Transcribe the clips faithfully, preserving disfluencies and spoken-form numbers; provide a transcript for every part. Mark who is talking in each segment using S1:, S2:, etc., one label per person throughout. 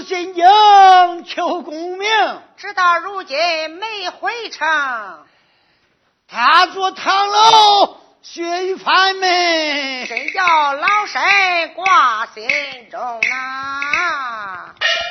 S1: 进京求功名，
S2: 直到如今没回城。
S1: 他做唐楼血雨翻门，
S2: 真叫老身挂心中啊！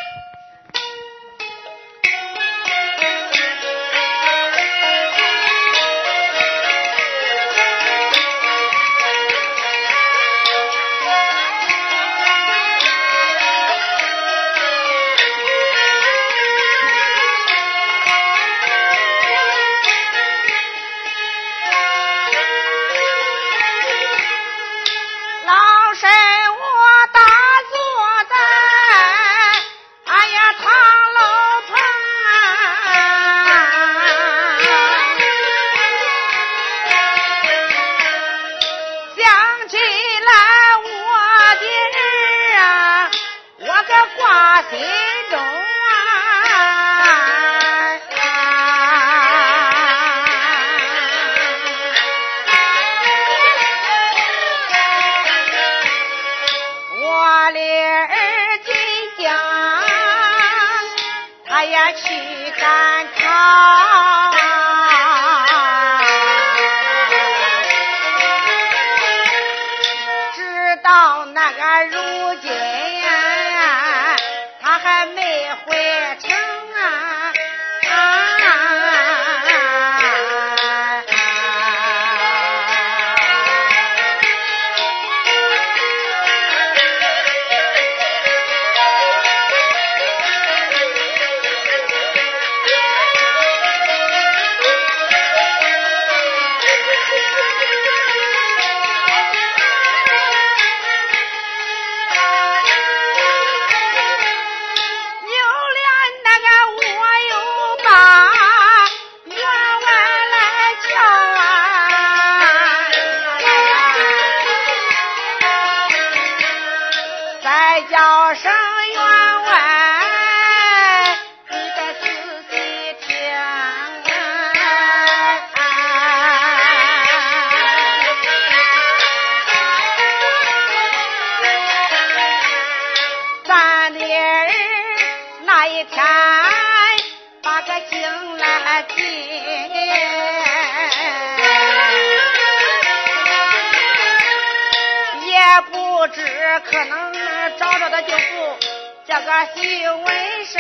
S2: 可能找着的就是这个徐文生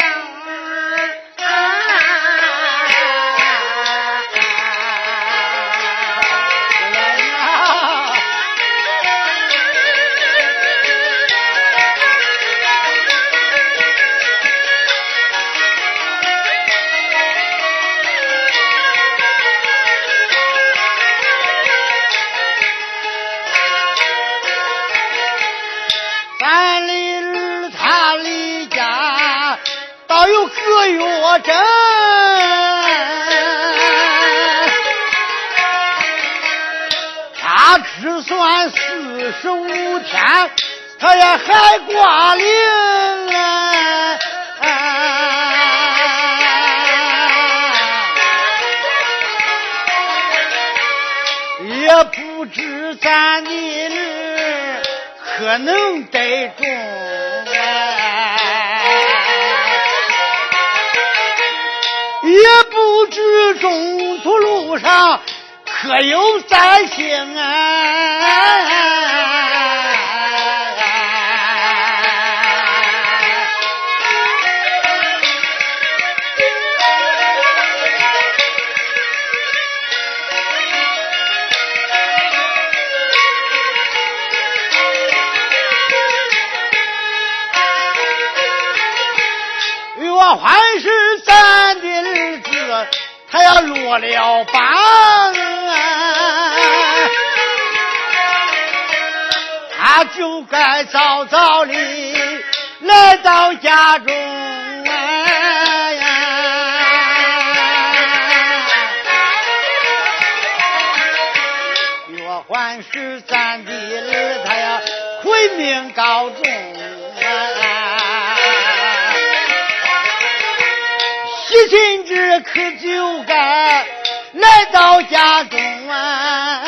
S1: 有个月整，他只算四十五天，他也还挂零，也不知咱的人可能得中。也不知中途路上可有灾星啊！岳欢是咱的日子，他要落了榜啊，他就该早早的来到家中啊。岳欢是咱的儿，他要魁命告终啊。喜庆之可就该来到家中啊！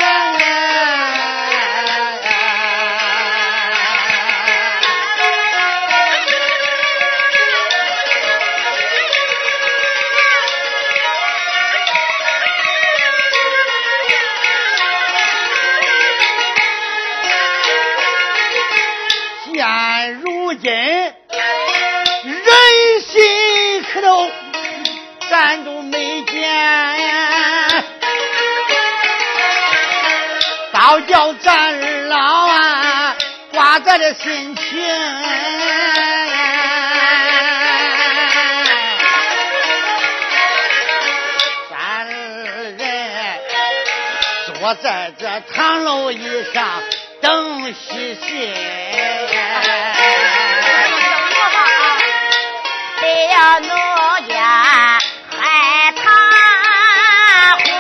S1: 咱都没见，倒叫咱二老啊挂在了心情。咱二人坐在这唐楼椅上等喜信。
S2: 谁要奴家海棠红，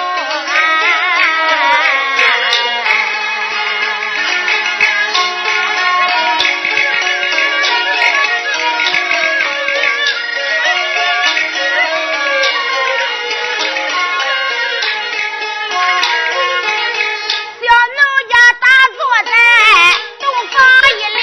S2: 小奴家打坐在洞房一里。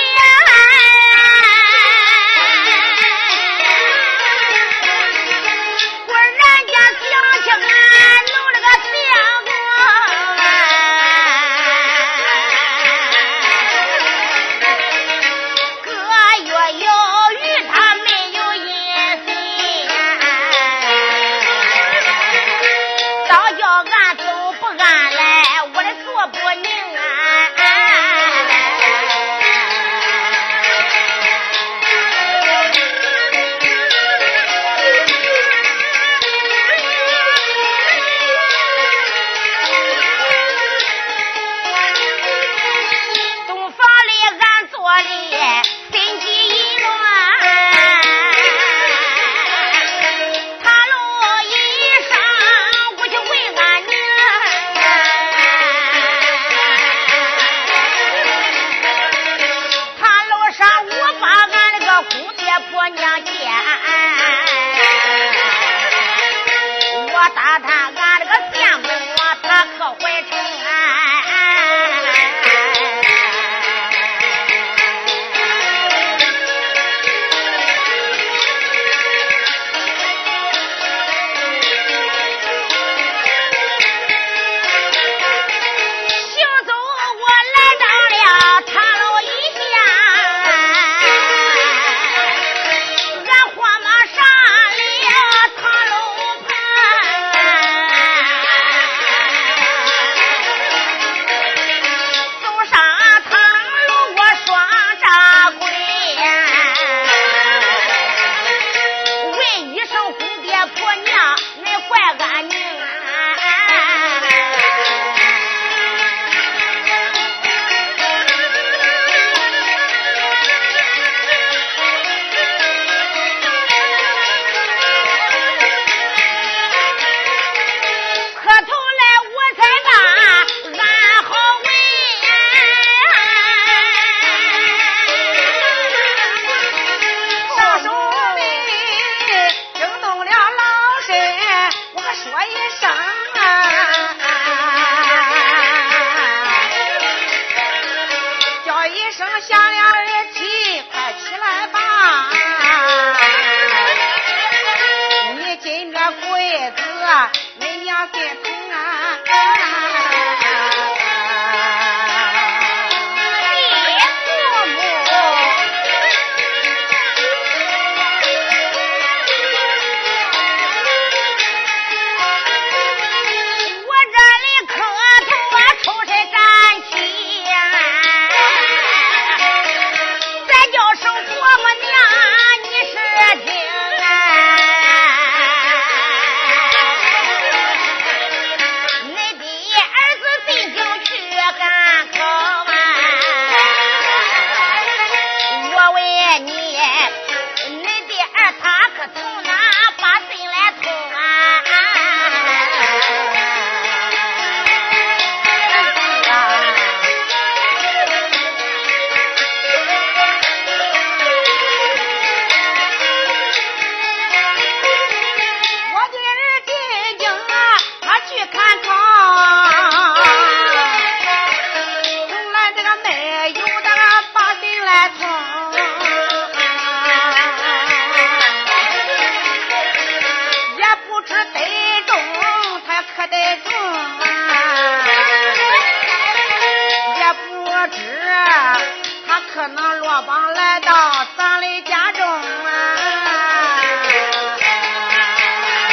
S2: 可能落榜来到咱的家中啊。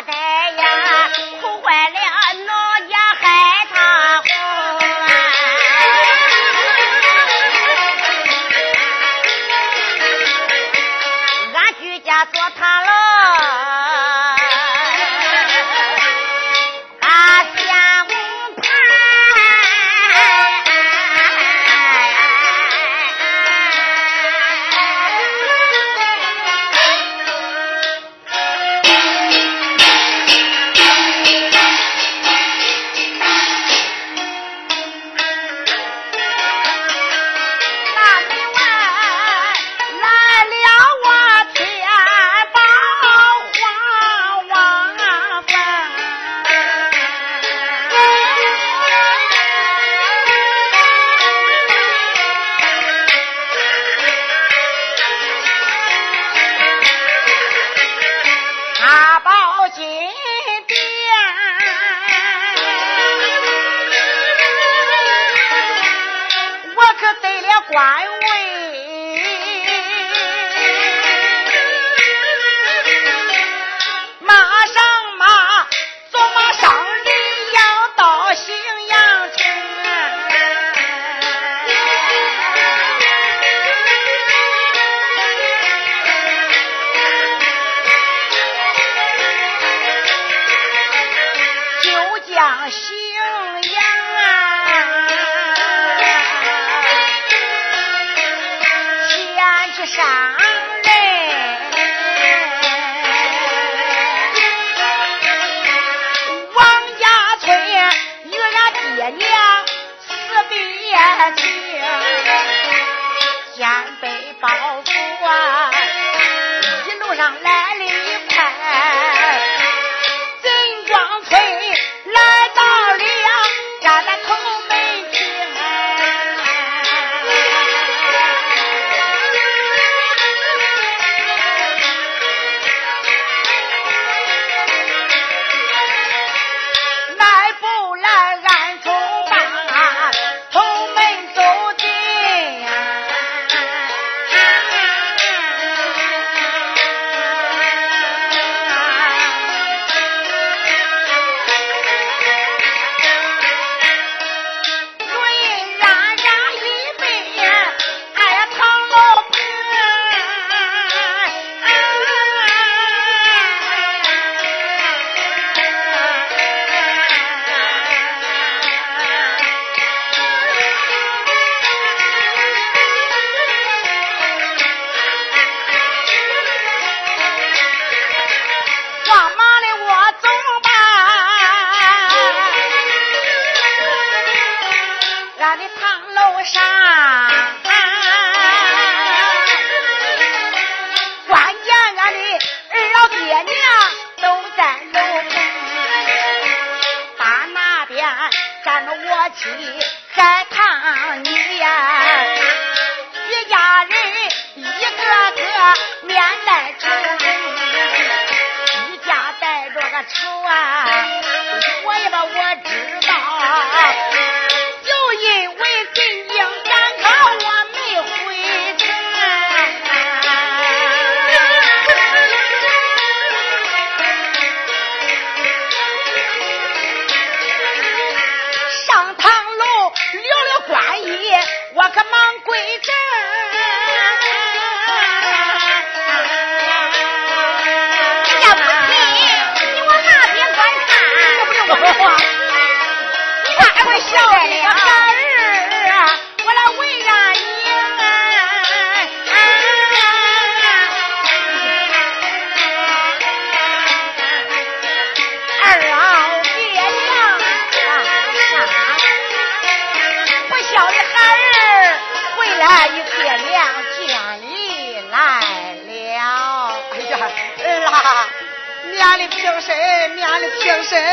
S2: 代呀，哭坏了农家害他红啊！俺居家做他了。官位，马上马，走马上任要到荥阳城。就将荥阳上任，王家村与俺爹娘辞别情，肩背包袱啊，一路上来了一块，镇庄村来到了站在头门厅。再看你呀，一家人一个个面带愁容，一家带着个愁啊，我也把我知道，就因为进京赶考我没回城，上堂楼留了官衣，我可忙归正。要不信你往那边观看，这不是我的话。你看俺小的孩儿啊，我来为难你。二老爹娘啊，不孝的孩儿回来与爹娘见礼来了。
S1: 哎呀，儿啊，娘的平身，娘的平身。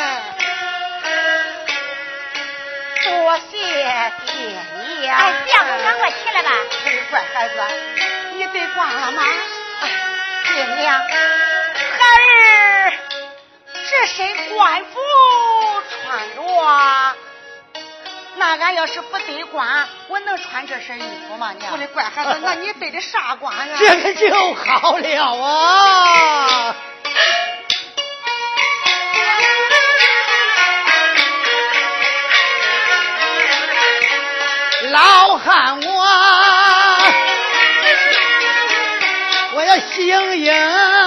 S2: 多谢爹娘。哎，相公赶快起来吧。
S1: 乖孩子，你得挂了吗？
S2: 哎，爹娘，孩儿这身官服穿着，那俺要是不得官，我能穿这身衣服吗？娘，
S1: 我的乖孩子，那你得的啥官呀？
S3: 这个就好了啊！
S1: 老汉我我要行营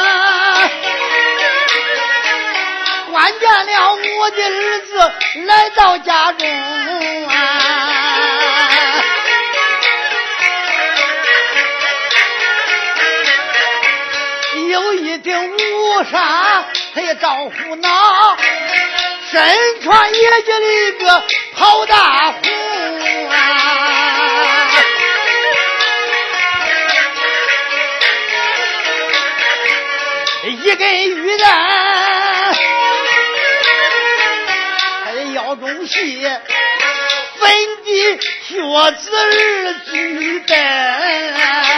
S1: 关见了我的儿子来到家中啊，有一顶乌纱他也招呼恼，身穿野家的一个袍大红啊，一根玉带他的腰中系粉的靴子儿举带，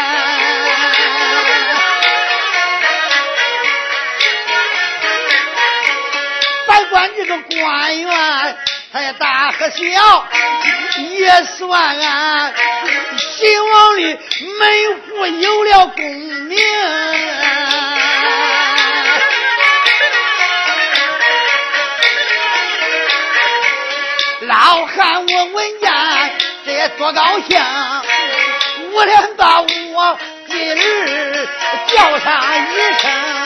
S1: 别管这个官员他也大和小也算啊，兴王里门户有了功名，老汉我闻见这也多高兴，我连把我的儿叫上一声，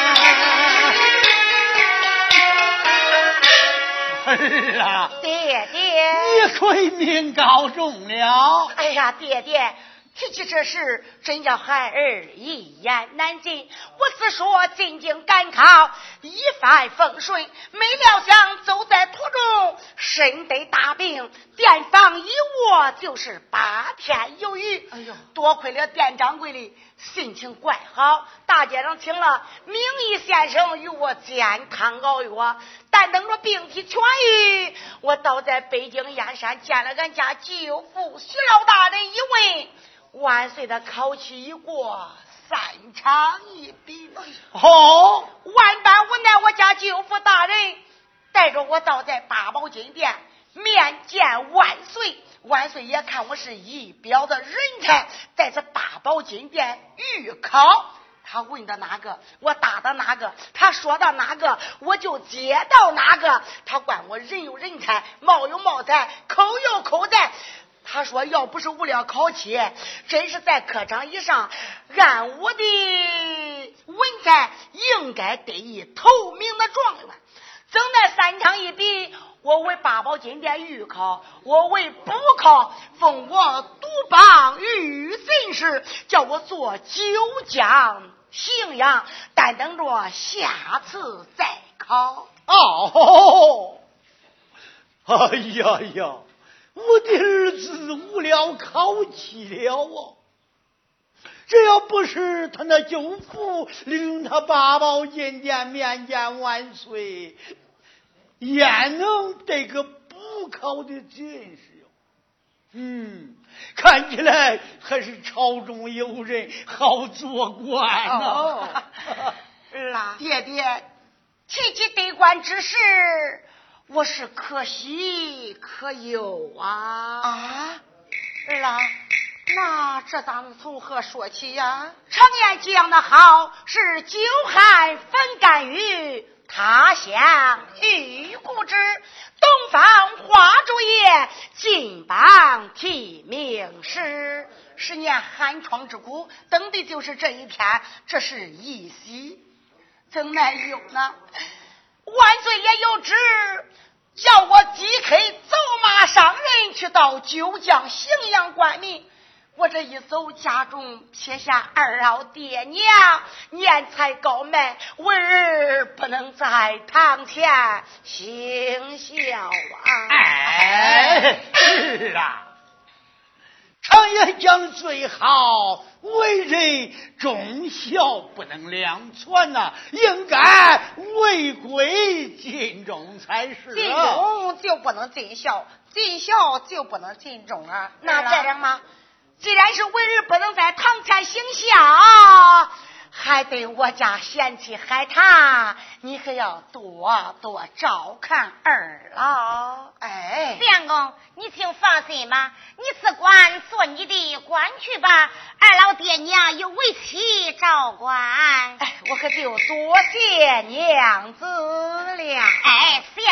S1: 儿啊，
S2: 爹爹，
S1: 你亏命告中了。
S2: 哎呀，爹爹，提起这事，真叫孩儿一言难尽。我自说进京赶考，一帆风顺，没料想走在途中，身得大病，店房一卧就是八天有余。哎呦，多亏了店掌柜的心情怪好，大街上请了名医先生与我健康熬药，但等着病体痊愈，我倒在北京燕山见了俺家舅父徐老大人一问，万岁的考期已过，三场一比。
S1: 哦，
S2: 万般无奈，我家舅父大人带着我到在八宝金殿面见万岁。万岁也看我是一表的人才，在这八宝金殿预考，他问的哪个我答的哪个，他说到哪个我就接到哪个，他管我人有人才，貌有貌才，口有口才。他说要不是无聊考期，真是在科场以上按我的文采应该得以头名的状元。正在三场一比，我为八宝金殿预考，我为补考，封我督榜御进士，叫我做九江荥阳，但等着下次再考。
S1: 哦，哎呀呀，我的儿子无聊考起了啊！这要不是他那舅父领他八宝金殿面见万岁，焉能得个补考的进士哟？嗯，看起来还是朝中有人好做官呢、
S2: 哦。儿啊，爹爹，提起得官之事，我是可喜可忧啊！啊，儿啊，那这当从何说起呀？常言讲的好，是久旱逢甘雨，他乡遇故知。东方花烛夜，金榜题名时。十年寒窗之苦，等的就是这一天，这是一喜。怎奈有呢？万岁也有旨，叫我即刻走马上任，去到九江荥阳官民。我这一走，家中撇下二老爹娘，年才高迈，为儿不能在堂前行孝啊！
S1: 哎，是啊，常言讲最好，为人忠孝不能两全呐、啊，应该为贵尽忠才是、啊。
S2: 尽忠就不能尽孝，尽孝就不能尽忠啊！那这样吗？既然是为儿不能在堂前行孝，还得我家贤妻海棠，你可要多多照看儿了。哎，
S3: 相公，你请放心吧，你只管做你的官去吧，二老爹娘有为妻照管。
S2: 哎，我可就多谢娘子了。
S3: 哎，相公。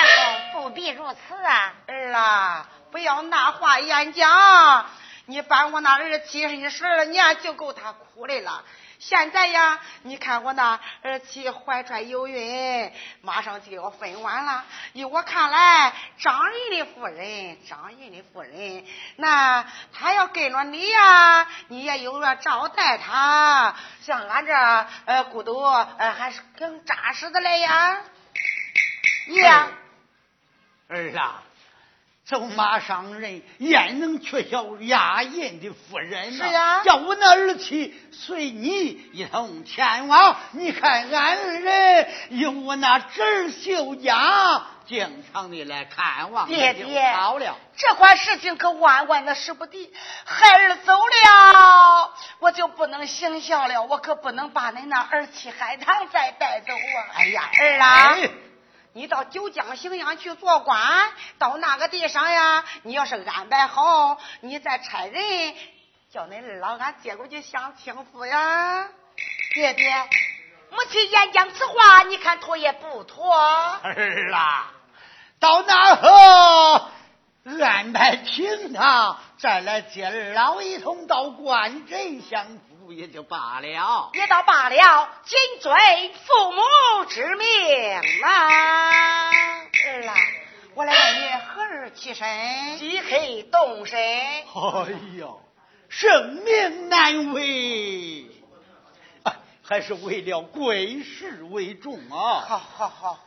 S3: 不必如此啊。
S2: 儿啊，不要拿话言讲，你办我那儿七十二年就够他苦的了。现在呀，你看我那儿妻怀揣有孕，马上就要分完了。依我看来，张人的夫人，张人的夫人，那他要跟着你呀，你也有了招待他，像俺这呃骨头呃还是更扎实的嘞呀。
S1: 呀，儿啊，走马上任，焉能缺少雅言的夫人呢？
S2: 是呀，
S1: 叫我那儿妻随你一同前往。你看俺二人有我那侄儿秀家，经常的来看望，
S2: 爹爹
S1: 好了。
S2: 这块事情可万万的使不得，孩儿走了，我就不能行孝了，我可不能把恁那儿妻海棠再带走啊！哎呀，儿啊！哎，你到九江荥阳去做官，到那个地上呀，你要是安排好，你再差人叫恁二老俺接过去享清福呀。爹爹，母亲言讲此话，你看妥也不妥？
S1: 儿啊，到那后安排平常，再来接二老一同到官镇相扶也就罢了，
S2: 也倒罢了，谨遵父母之命啊！儿啊，我来问你何日起身？即刻动身。
S1: 哎呀，生命难违，啊，还是为了贵事为重啊！
S2: 好好好，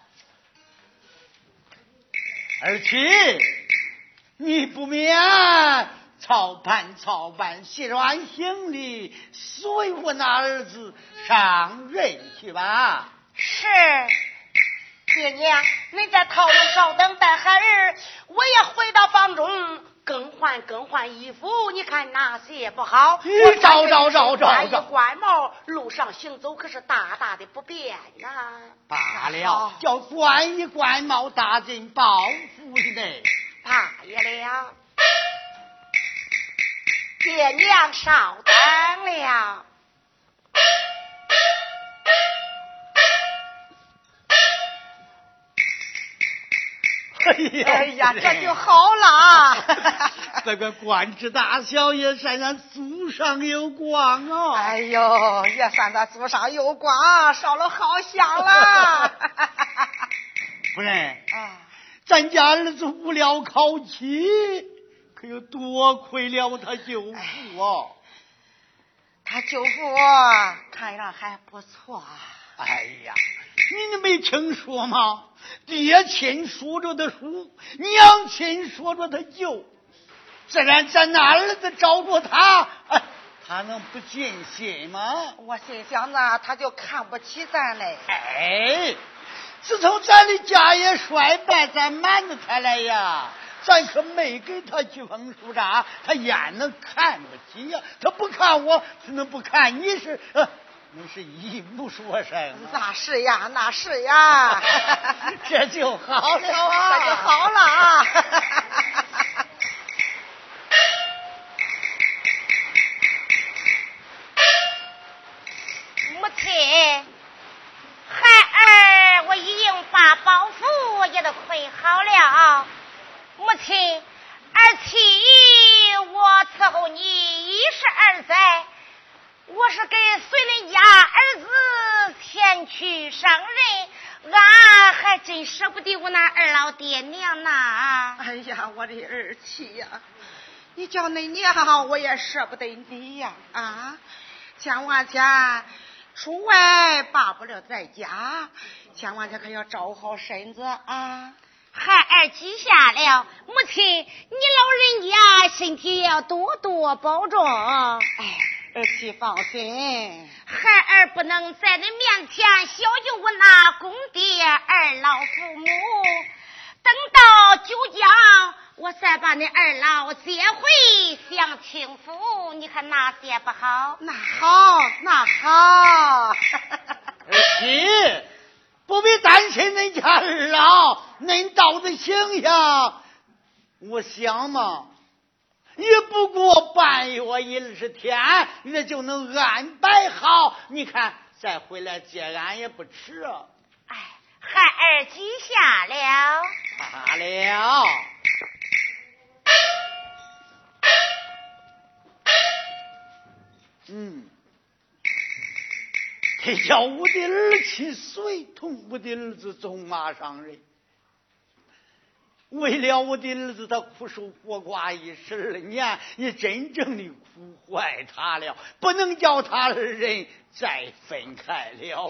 S1: 儿妻，你不免操办操办，卸完行李，随我那儿子上任去吧。
S2: 是，爹娘，你在套路稍等，待孩儿我也回到房中更换更换衣服，你看哪些不好？
S1: 我找找找找找，
S2: 官帽，路上行走可是大大的不便呐、啊。
S1: 罢了，叫官衣官帽大进报复的，
S2: 罢了。爹娘稍等了。
S1: 哎呀，
S2: 哎呀，这就好了。
S1: 这个官职大小也算咱祖上有光啊！
S2: 哎呦，也算咱祖上有光，烧了好香了。
S1: 夫人
S2: 啊，
S1: 咱家儿子无聊考起，可有多亏了他舅父啊！
S2: 他舅父看样还不错。
S1: 哎呀，你没听说吗？爹亲说着的叔，娘亲说着他舅，自然咱那儿子找着他，哎，他能不尽心吗？
S2: 我心想呢，他就看不起咱嘞。
S1: 哎，自从咱的家业衰败，咱瞒着他来呀，咱可没给他几封书札，他焉能看不起呀？他不看我，他能不看你是？呃你是一不说声，
S2: 那是呀，那是呀，
S1: 这就好了啊，
S2: 这就好了啊。
S3: 母亲，孩儿我已经把包袱也都捆好了。母亲，儿妻我伺候你一十二载。我是给随恁家儿子前去上任，俺还真舍不得我那二老爹娘呐。
S2: 哎呀，我的儿妻呀，你叫恁娘，我也舍不得你呀！啊，千万天出外罢不了在家，千万天可要照好身子啊！
S3: 孩儿记下了，母亲，你老人家身体也要多多保重。
S2: 哎。儿妻放心，
S3: 孩儿不能在你面前小有我那公爹二老父母，等到九江我再把你二老接回享清福，你看哪些不好？
S2: 那好，那好。
S1: 儿媳不必担心恁家二老，恁道的形象，我想嘛，也不过半月一十天，也就能安排好。你看，再回来接俺也不迟啊。
S3: 哎，孩儿记下了。
S1: 好叫我的儿妻随同我的儿子走马上任。为了我的儿子，他苦守活寡一十二年，你真正的苦坏他了，不能叫他二人再分开了啊！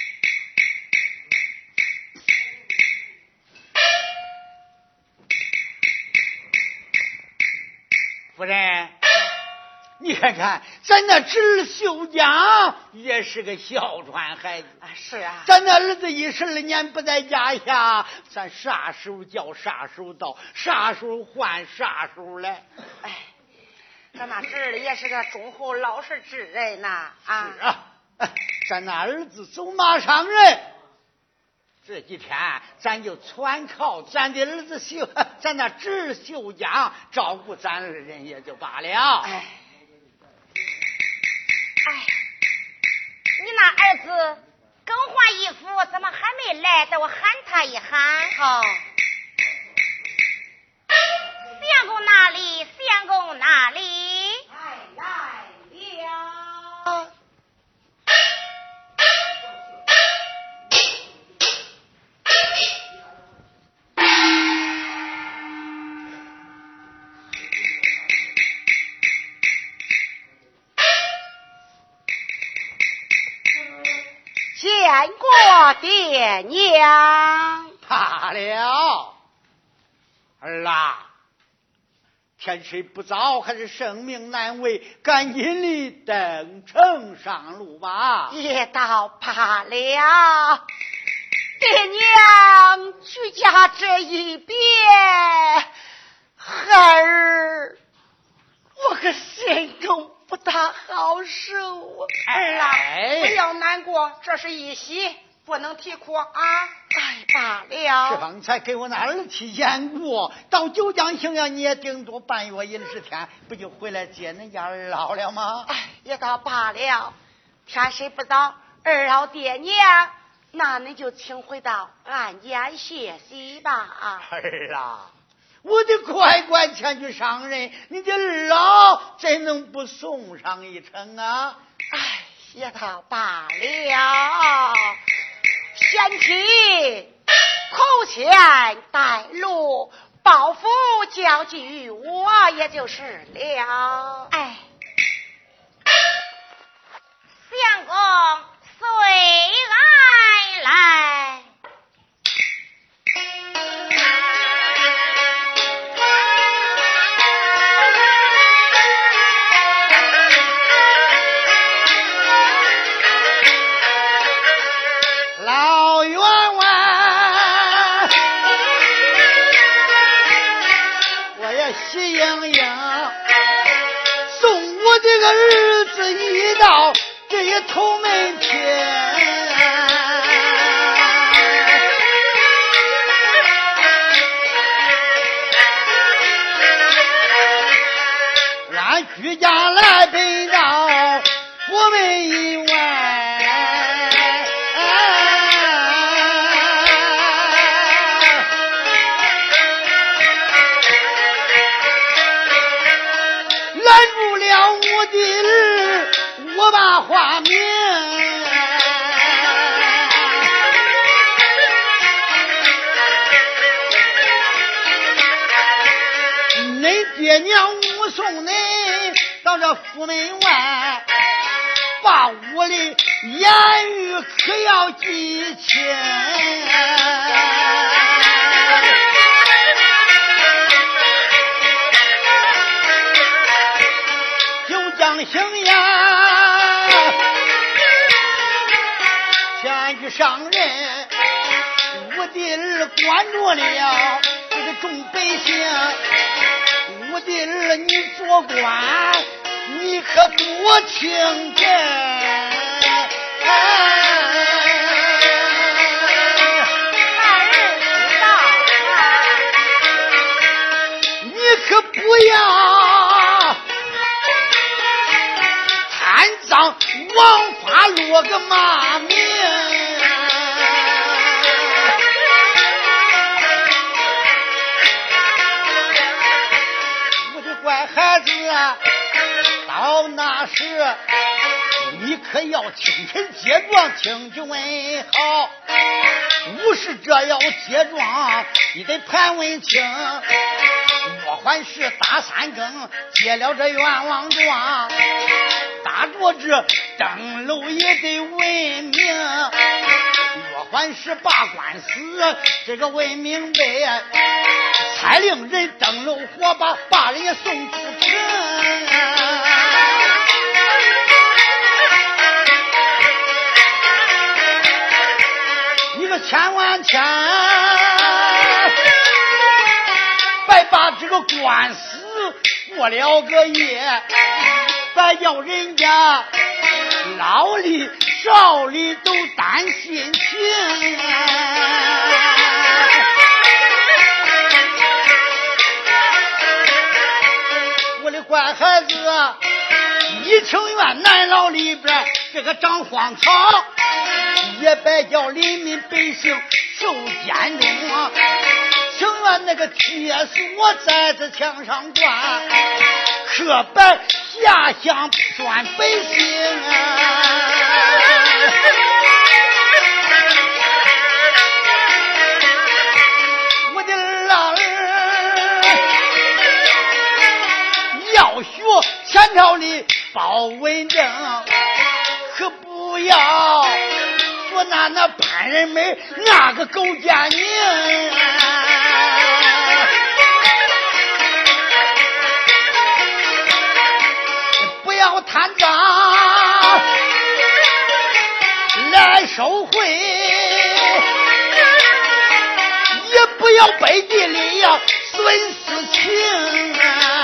S1: 夫人，你看看，咱那侄儿秀江也是个孝顺孩子
S2: 啊，是啊，
S1: 咱那儿子一十二年不在家下，咱啥时候叫啥时候到，啥时候换啥时候来。
S2: 哎，咱那侄儿也是个忠厚老实之人呐。啊，
S1: 是啊，咱那儿子走马上任，这几天咱就全靠咱的儿子秀，咱那侄儿秀江照顾咱二人也就罢了。
S2: 哎。
S3: 哎，你那儿子更换衣服怎么还没来？等我喊他一喊。
S2: 好，
S3: 相公哪里？相公哪里？
S2: 来来了。见过爹娘。
S1: 罢了，儿啊，天色不早，还是生命难违，赶紧的登城上路吧。
S2: 也到罢了，爹娘居家这一别，孩儿我可心中不大好受啊。儿啊，
S1: 哎
S2: 不要难过，这是一喜，不能啼哭啊。哎，罢了。
S1: 刚才给我那儿妻言过，到九江行呀，你也顶多半月一十天，不就回来接恁家二老了吗？
S2: 哎，也倒罢了。天色不早，二老爹娘，那你就请回到俺家歇息吧。
S1: 儿啊，我的乖乖前去上任，你的二老怎能不送上一程啊？
S2: 哎，也倒罢了。贤妻口前带路，报府交给我也就是了。
S3: 哎，相公随俺来。
S1: 老员外，我也喜盈盈送我这个儿子一道这一头门前，俺居家来奔到府门以外。我把话明，恁爹娘目送恁到这府门外，把我的言语可要记清。九江行呀，前去上任，我的儿管着了这个众百姓，我的儿你做官，你可多听着，你可不要贪赃枉法落个骂名。我的乖孩子，到那时你可要清晨接状，听君问好。无事这要接状，你得盘问清。我还是大三更接了这冤枉状，打着这登楼也得问明。我还是把官司这个问明白，才令人登楼火把把人送出城。你个千万千别把这个官司过了个夜，别叫人家老里少里都担心情。我的乖孩子，你情愿南牢里边这个长荒草，也别叫黎民百姓受监中啊！情愿那个铁锁在这墙上挂，可别下乡拴百姓啊！我的老儿要学前朝里包文正，可不要说那那潘仁美那个狗奸佞。不要贪赃来受贿，也不要背地里呀损私情啊！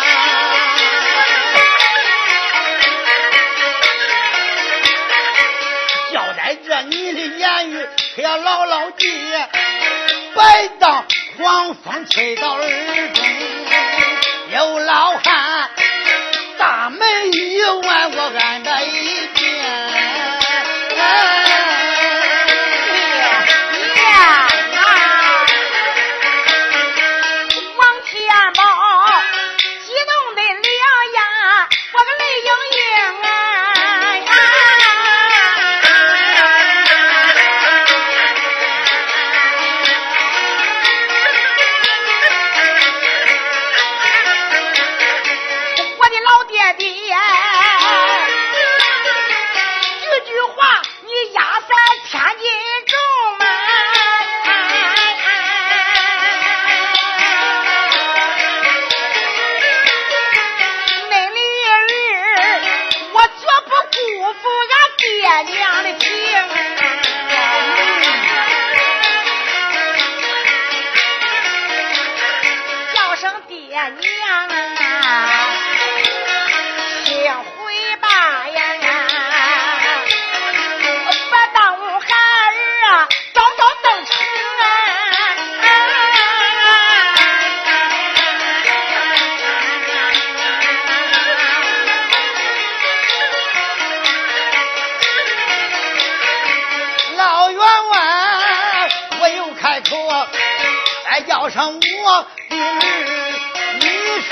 S1: 交代这你的言语可要牢牢记，别当狂风吹到耳中。有老汉大门一万我安排一遍。
S2: 呀啊！王天宝激动的两眼，我个泪盈盈啊！我的老爹爹，这句话你压在天津中吗？那里儿我绝不辜负俺爹娘的情。叫声爹娘啊，请回吧呀！别耽误孩儿啊，早早登城
S1: 老员外我又开口，再叫上我的儿你是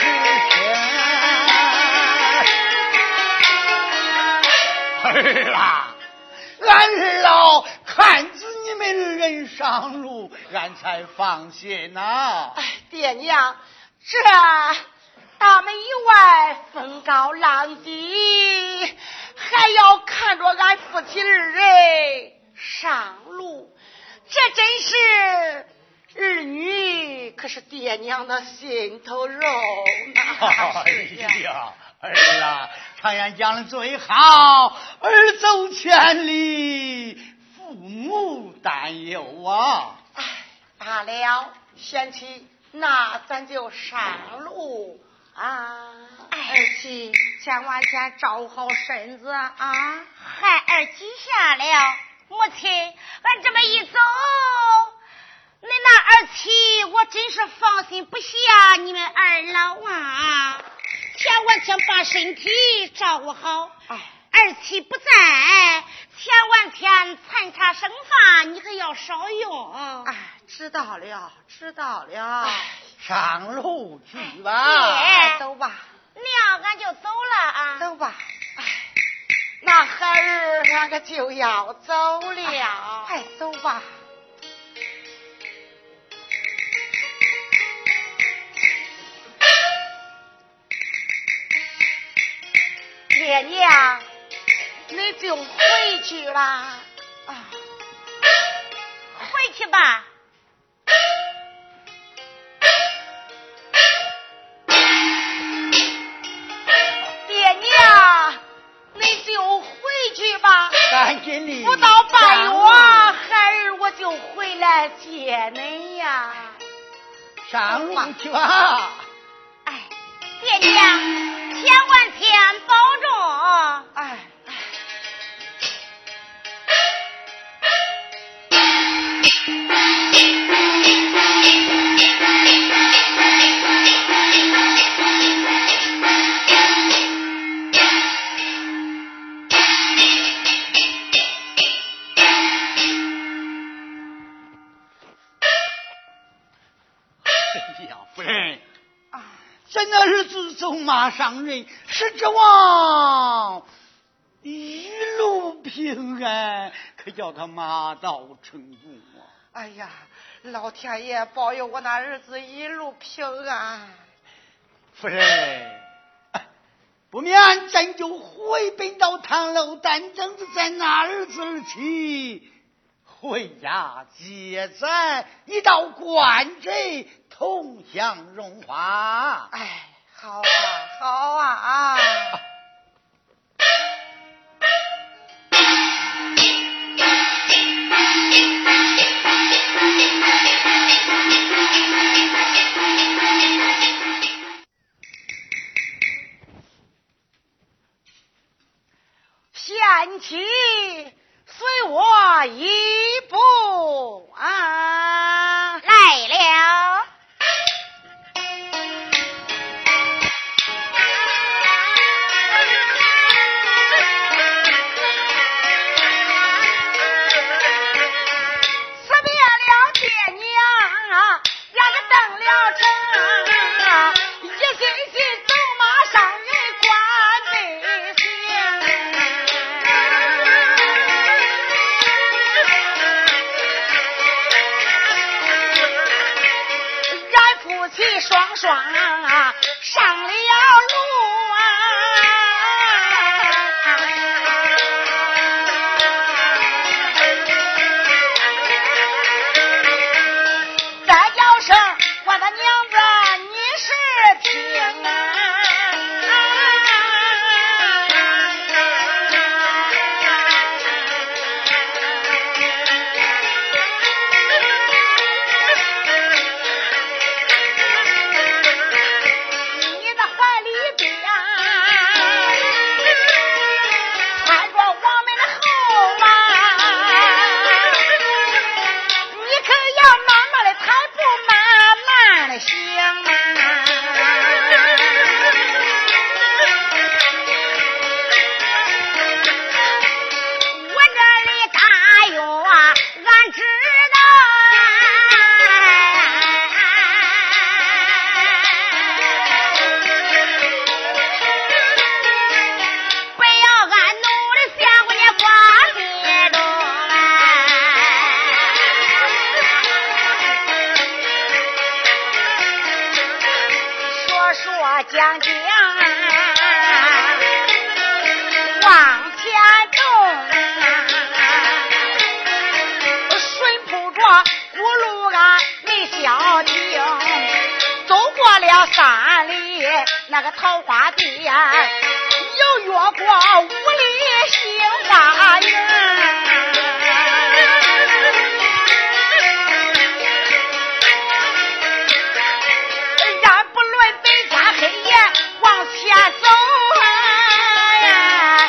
S1: 亲儿啊！俺儿老看子你们人上路，俺才放心呐、啊。
S2: 哎，爹娘，这大门以外风高浪低，还要看着俺夫妻二人上路，这真是儿女可是爹娘的心头肉呢。
S1: 哎呀，儿啊，常言讲的最好，儿走千里，父母担忧啊。
S2: 哎，罢了，贤妻，那咱就上路啊！
S3: 儿媳千万先照好身子啊！孩儿记下了，母亲，俺这么一走，你那儿妻我真是放心不下你们二老啊！千万千把身体照顾好。
S2: 哎，
S3: 儿妻不在，千万天残茶剩饭你可要少用。
S2: 哎，知道了，知道了。
S1: 上路去吧。
S2: 哎，走吧，
S3: 娘，俺就走了啊。
S2: 走吧。哎。 那孩儿那个就要走了，
S3: 哎、快走吧。爹娘，
S2: 你就回去啦。啊，
S3: 回去吧。
S2: 爹娘，你就回去吧。
S1: 赶紧的，
S2: 不到半月，孩儿我就回来接你呀。
S1: 上路去吧。
S3: 哎，爹娘，千万天保重。
S2: 哎。
S1: 咱那儿子走马上任，是指望一路平安，可叫他马到成功啊！
S2: 哎呀，老天爷保佑我那儿子一路平安。
S1: 夫人，不免咱就回奔到唐楼，但等着咱那儿子而去，回家接咱一道官贼，同享荣华。
S2: 哎，好啊，好啊！贤妻，随我一步啊！
S3: 来了。
S2: 辞别了爹娘啊，两个登了城，一心心走马上任管百姓。俺夫妻双双啊上了路啊。再叫声我的娘子你是听啊。你的怀里边穿着我们的后啊，你可要慢慢的抬步，慢慢的行啊。我这里大约俺知道，不要俺奴的像我那瓜地中说说讲讲往前动，顺铺着轱辘俺没消停，走过了三里那个桃花地，又越过五里杏花园。咱不论白天黑夜往前走啊，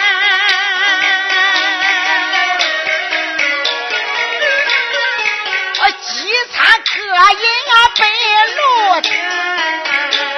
S2: 我饥餐渴饮啊奔路程。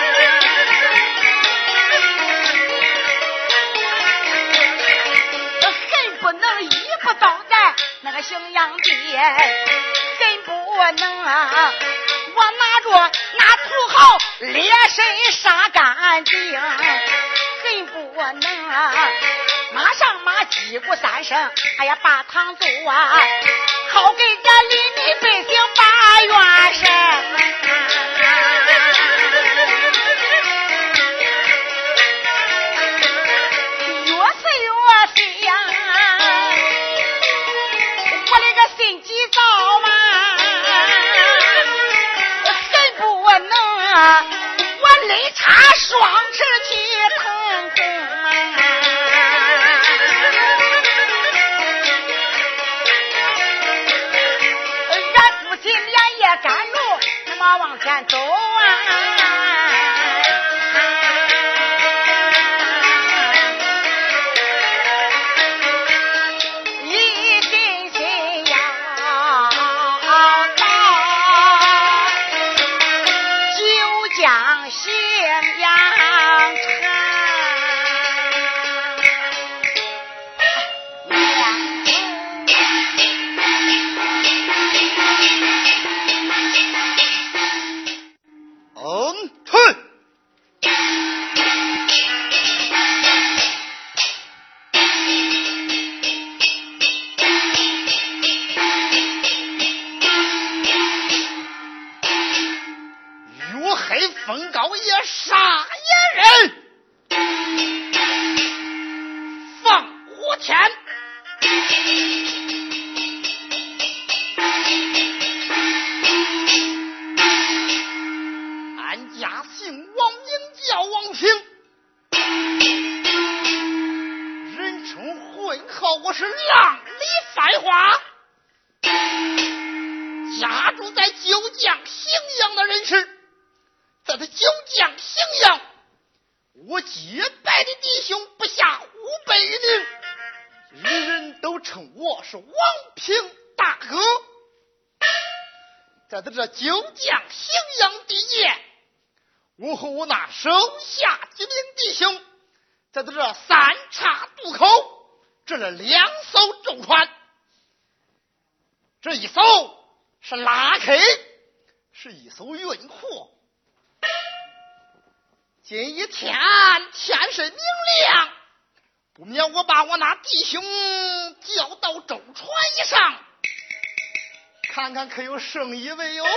S2: 恨不能一步到在那个荥阳地，恨不能啊我拿着那土豪烈身杀干净，恨神不能啊！马上马击鼓三声，哎呀把堂走啊，好给咱黎民百姓把冤伸。越岁越岁呀，我那个心急躁啊，神不能啊，我泪插双翅去腾空啊。赶路，怎么往前走啊？一心心要到九江荥阳城。
S1: 封高爷杀野人，放火天，俺家姓王，名叫王平，人称混号，我是浪里翻花，家住在九江荥阳的人士。在他九江荥阳，我结拜的弟兄不下五百余名，人人都称我是王平大哥。在他这九江荥阳地界，我和我那手下几名弟兄，在他这三岔渡口这了两艘舟船，这一艘是拉开，是一艘运货。今一天天色明亮，不免我把我那弟兄叫到舟船以上，看看可有生意没有。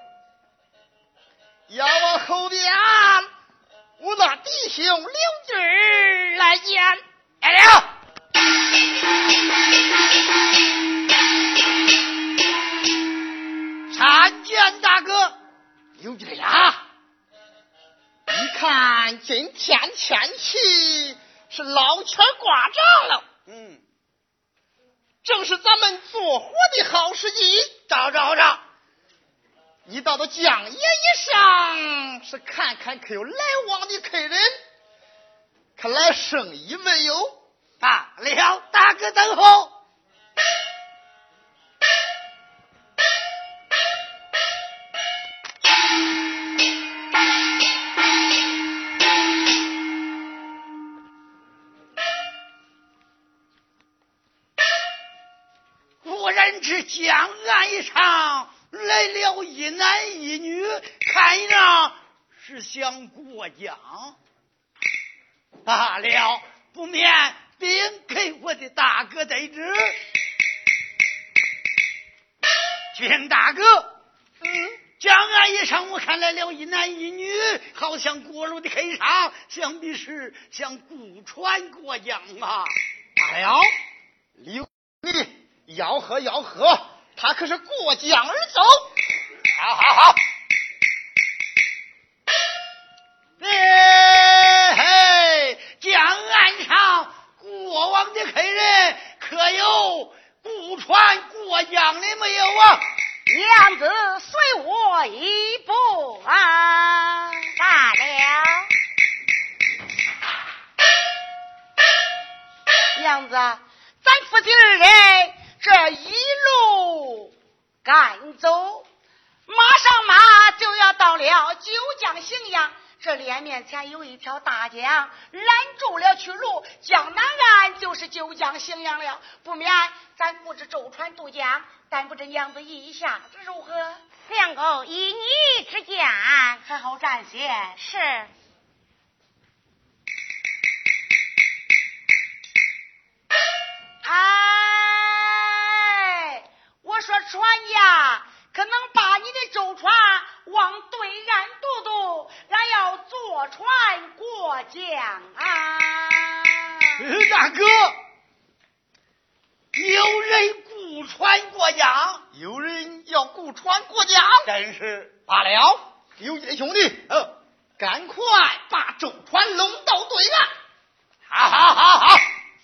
S1: 要往后边我那弟兄刘军儿来见。来了，参见大哥。刘军儿呀，你看今天天气是老天挂账了，嗯，正是咱们做活的好时机。找找找，你到了江野以上，是看看可有来往的客人，看来生意没有。罢了，大哥等候。是江岸一上来了一男一女，看样是想过江。罢了，不免禀给我的大哥得知。军大哥，嗯，江岸一上我看来了一男一女，好像过路的客商，想必是想雇船过江啊。罢了，刘你要喝要喝，他可是过江而走。好好好，哎嘿，江岸上过往的客人可有雇船过江的没有啊？
S2: 娘子随我一步啊！
S3: 罢了，
S2: 娘子，咱夫妻二人这一路赶走，马上马就要到了九江荥阳。这脸面前有一条大江，拦住了去路，江南岸就是九江荥阳了。不免咱布置舟船渡江，但不知娘子意下这如何？
S3: 相公依你之见，
S2: 还好暂些。
S3: 是。
S2: 船呀，可能把你的舟船往对岸渡渡，俺要坐船过江啊！
S1: 大哥，有人雇船过江，
S4: 有人要雇船过江，
S1: 真是
S4: 罢了。有姐兄弟，
S1: 呃，
S4: 赶快把舟船拢到对岸。
S1: 好好好好。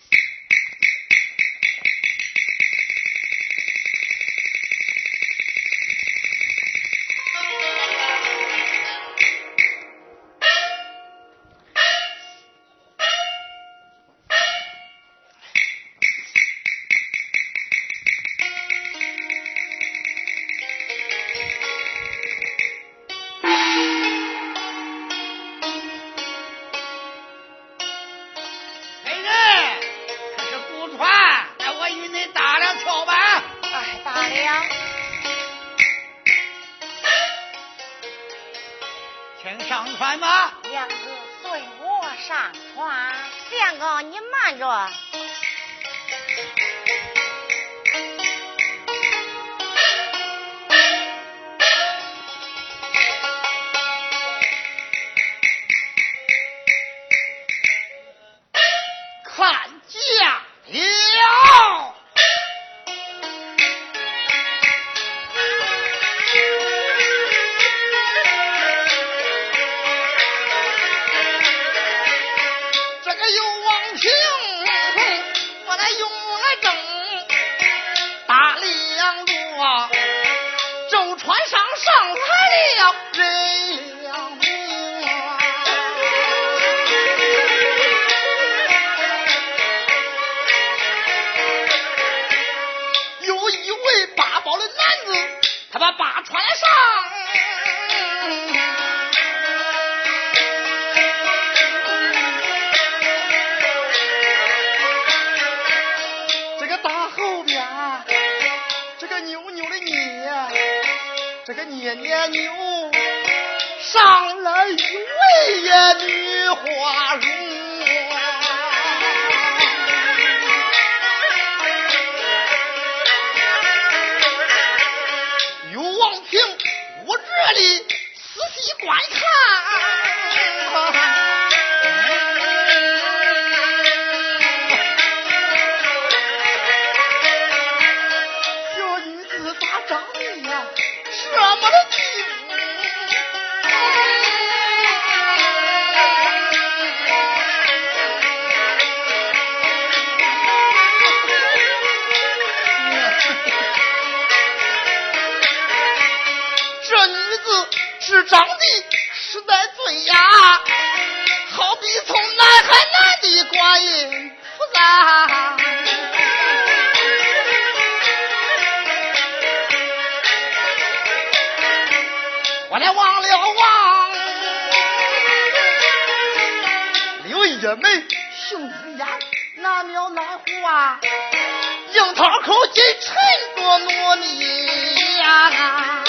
S1: 上船吗？
S3: 杨哥，随我上船。相公，你慢着。
S4: 看驾了！这个有王平，我来用来争大梁路啊，舟船上上来了人两命啊！有一位八宝的男子，他把八船上。这个捏捏牛上了一位呀女花容，有王平捂热里仔细观看，小女子咋长得呀这么的地这女子是长得实在最雅，好比从南海南的观音菩萨。我来望了望，柳叶眉，杏子眼，那描那画，樱桃口进沉着糯米呀。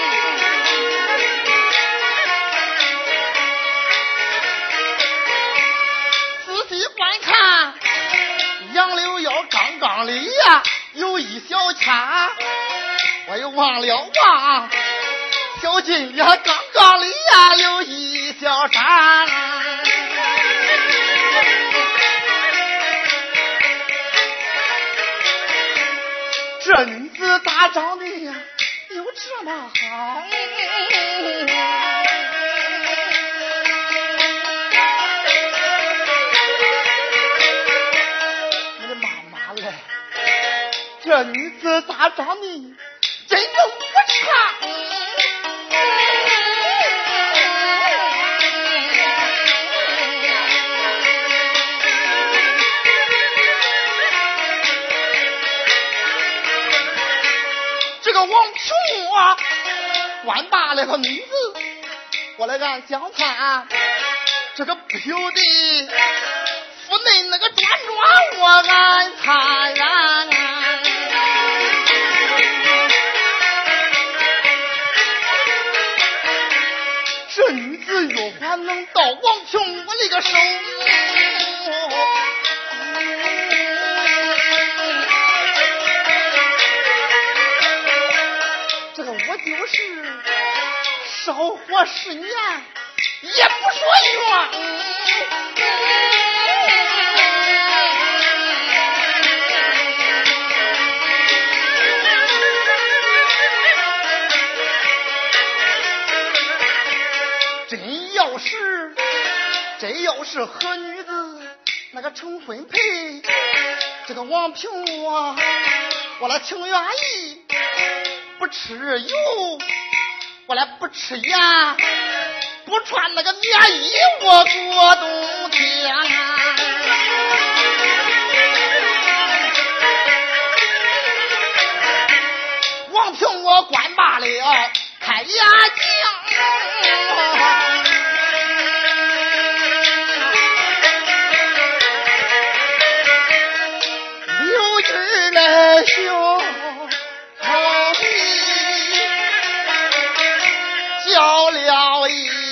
S4: 仔细观看，杨柳腰杠杠里呀，有一小卡，我又望了望。小金呀，刚刚里呀有一小山，这女子咋长得呀有这么好？我的妈妈嘞！这女子咋长得真正不差？这个王平啊，管罢了个名字，我来按讲看，这个不由得府内那个转转我按看然。这女子又还能到王平我那个手， 少活十年也不说冤。真要是真要是和女子那个成婚配，这个王平我我来情愿意，不吃油我来不吃盐，不穿那个棉衣我过冬天。王平我关罢了开眼睛，刘军来兄好比叫了一